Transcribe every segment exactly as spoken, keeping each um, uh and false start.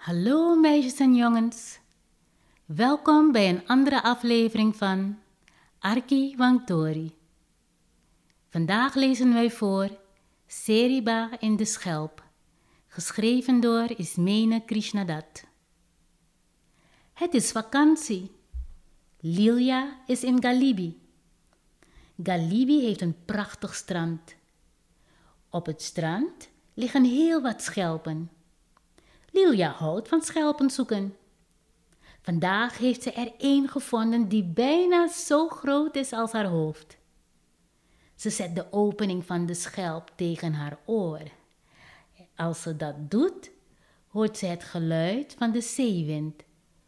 Hallo meisjes en jongens, welkom bij een andere aflevering van Arki Wangtori. Vandaag lezen wij voor Seriba in de Schelp, geschreven door Ismene Krishnadat. Het is vakantie. Lilia is in Galibi. Galibi heeft een prachtig strand. Op het strand liggen heel wat schelpen. Lilia houdt van schelpen zoeken. Vandaag heeft ze er één gevonden die bijna zo groot is als haar hoofd. Ze zet de opening van de schelp tegen haar oor. Als ze dat doet, hoort ze het geluid van de zeewind.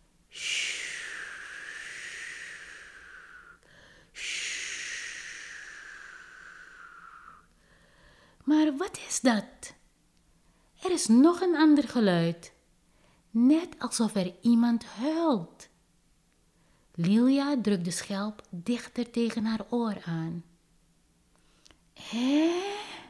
Maar wat is dat? Er is nog een ander geluid, net alsof er iemand huilt. Lilia drukt de schelp dichter tegen haar oor aan. Hé?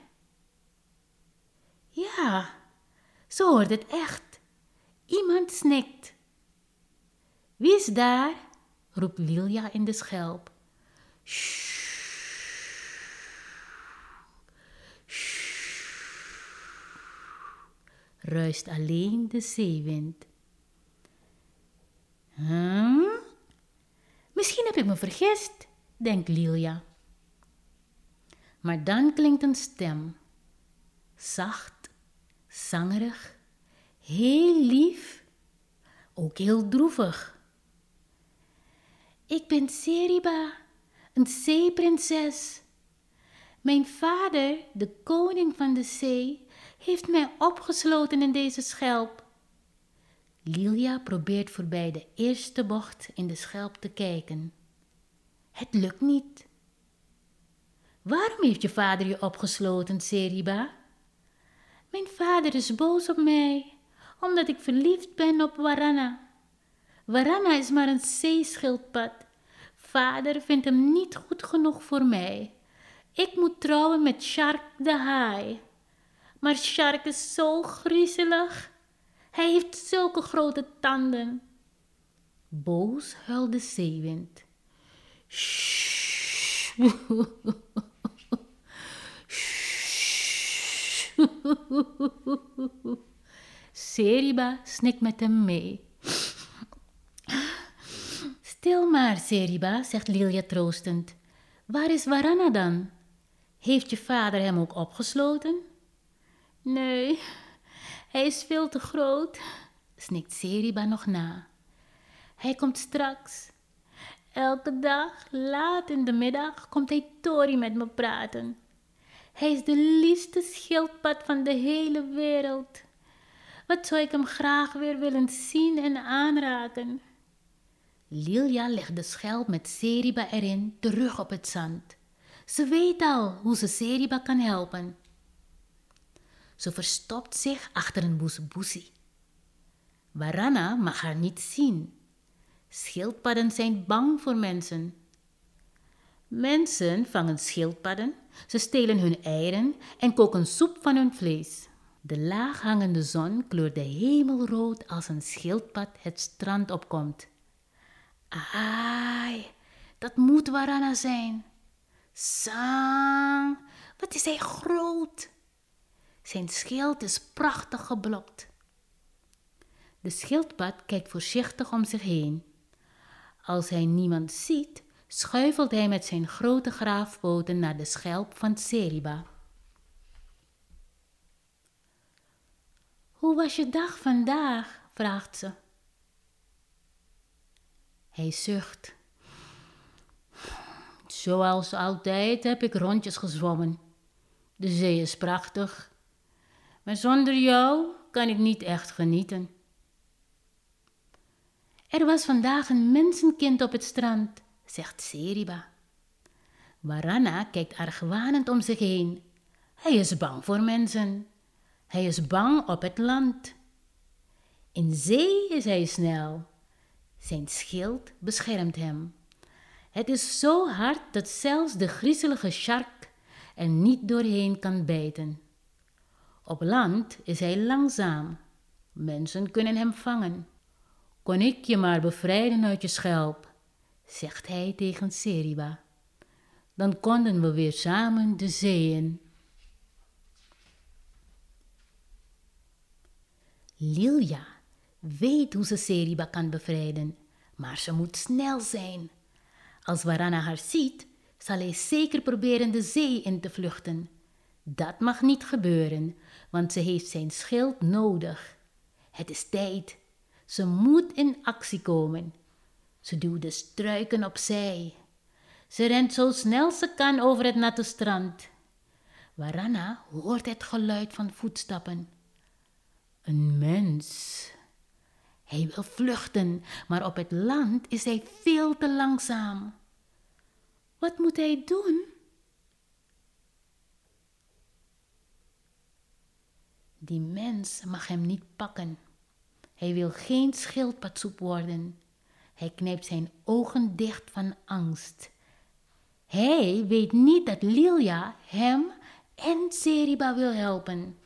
Ja, zo hoort het echt. Iemand snikt. Wie is daar? Roept Lilia in de schelp. Shh. Ruist alleen de zeewind. Huh? Misschien heb ik me vergist, denkt Lilia. Maar dan klinkt een stem. Zacht, zangerig, heel lief, ook heel droevig. Ik ben Seriba, een zeeprinses. Mijn vader, de koning van de zee, heeft mij opgesloten in deze schelp. Lilia probeert voorbij de eerste bocht in de schelp te kijken. Het lukt niet. Waarom heeft je vader je opgesloten, Seriba? Mijn vader is boos op mij, omdat ik verliefd ben op Warana. Warana is maar een zeeschildpad. Vader vindt hem niet goed genoeg voor mij. Ik moet trouwen met Shark de haai. Maar Shark is zo griezelig. Hij heeft zulke grote tanden. Boos huilde de zeewind. Seriba snikt met hem mee. Stil maar, Seriba, zegt Lilia troostend. Waar is Warana dan? Heeft je vader hem ook opgesloten? Nee, hij is veel te groot, snikt Seriba nog na. Hij komt straks. Elke dag, laat in de middag, komt hij Tori met me praten. Hij is de liefste schildpad van de hele wereld. Wat zou ik hem graag weer willen zien en aanraken? Lilia legt de schelp met Seriba erin terug op het zand. Ze weet al hoe ze Seriba kan helpen. Ze verstopt zich achter een boezeboezie. Warana mag haar niet zien. Schildpadden zijn bang voor mensen. Mensen vangen schildpadden, ze stelen hun eieren en koken soep van hun vlees. De laaghangende zon kleurt de hemel rood als een schildpad het strand opkomt. Ai, dat moet Warana zijn. Sang, wat is hij groot. Zijn schild is prachtig geblokt. De schildpad kijkt voorzichtig om zich heen. Als hij niemand ziet, schuifelt hij met zijn grote graafpoten naar de schelp van Seriba. Hoe was je dag vandaag? Vraagt ze. Hij zucht. Zoals altijd heb ik rondjes gezwommen. De zee is prachtig. Maar zonder jou kan ik niet echt genieten. Er was vandaag een mensenkind op het strand, zegt Seriba. Warana kijkt argwanend om zich heen. Hij is bang voor mensen. Hij is bang op het land. In zee is hij snel. Zijn schild beschermt hem. Het is zo hard dat zelfs de griezelige shark er niet doorheen kan bijten. Op land is hij langzaam. Mensen kunnen hem vangen. Kon ik je maar bevrijden uit je schelp, zegt hij tegen Seriba. Dan konden we weer samen de zee in. Lilia weet hoe ze Seriba kan bevrijden, maar ze moet snel zijn. Als Waranna haar ziet, zal hij zeker proberen de zee in te vluchten. Dat mag niet gebeuren, want ze heeft zijn schild nodig. Het is tijd. Ze moet in actie komen. Ze duwt de struiken opzij. Ze rent zo snel ze kan over het natte strand. Waranna hoort het geluid van voetstappen. Een mens. Hij wil vluchten, maar op het land is hij veel te langzaam. Wat moet hij doen? Die mens mag hem niet pakken. Hij wil geen schildpadsoep worden. Hij knijpt zijn ogen dicht van angst. Hij weet niet dat Lilia hem en Seriba wil helpen.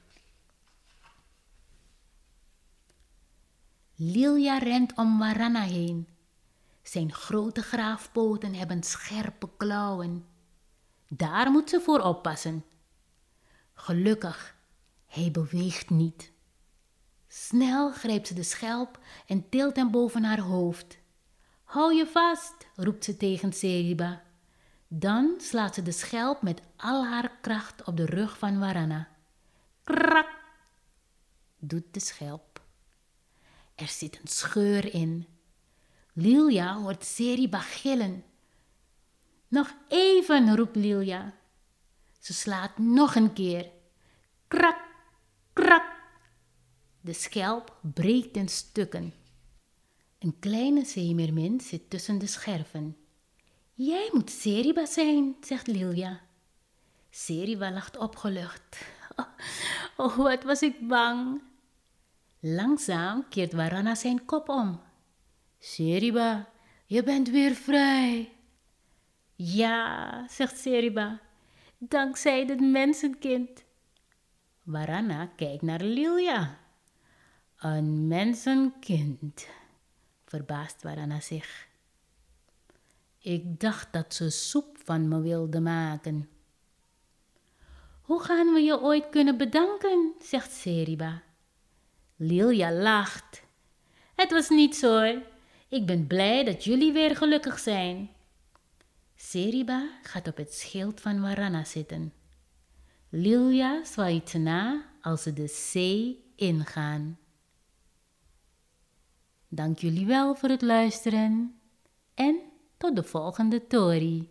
Lilia rent om Waranna heen. Zijn grote graafpoten hebben scherpe klauwen. Daar moet ze voor oppassen. Gelukkig, hij beweegt niet. Snel grijpt ze de schelp en tilt hem boven haar hoofd. Hou je vast, roept ze tegen Seriba. Dan slaat ze de schelp met al haar kracht op de rug van Waranna. Krak, doet de schelp. Er zit een scheur in. Lilia hoort Seriba gillen. Nog even, roept Lilia. Ze slaat nog een keer. Krak, krak. De schelp breekt in stukken. Een kleine zeemeermin zit tussen de scherven. Jij moet Seriba zijn, zegt Lilia. Seriba lacht opgelucht. Oh, oh, wat was ik bang. Langzaam keert Waranna zijn kop om. Seriba, je bent weer vrij. Ja, zegt Seriba, dankzij het mensenkind. Waranna kijkt naar Lilia. Een mensenkind, verbaast Waranna zich. Ik dacht dat ze soep van me wilde maken. Hoe gaan we je ooit kunnen bedanken, zegt Seriba. Lilia lacht. Het was niet zo. Ik ben blij dat jullie weer gelukkig zijn. Seriba gaat op het schild van Waranna zitten. Lilia zwaait ze na als ze de zee ingaan. Dank jullie wel voor het luisteren en tot de volgende Tori.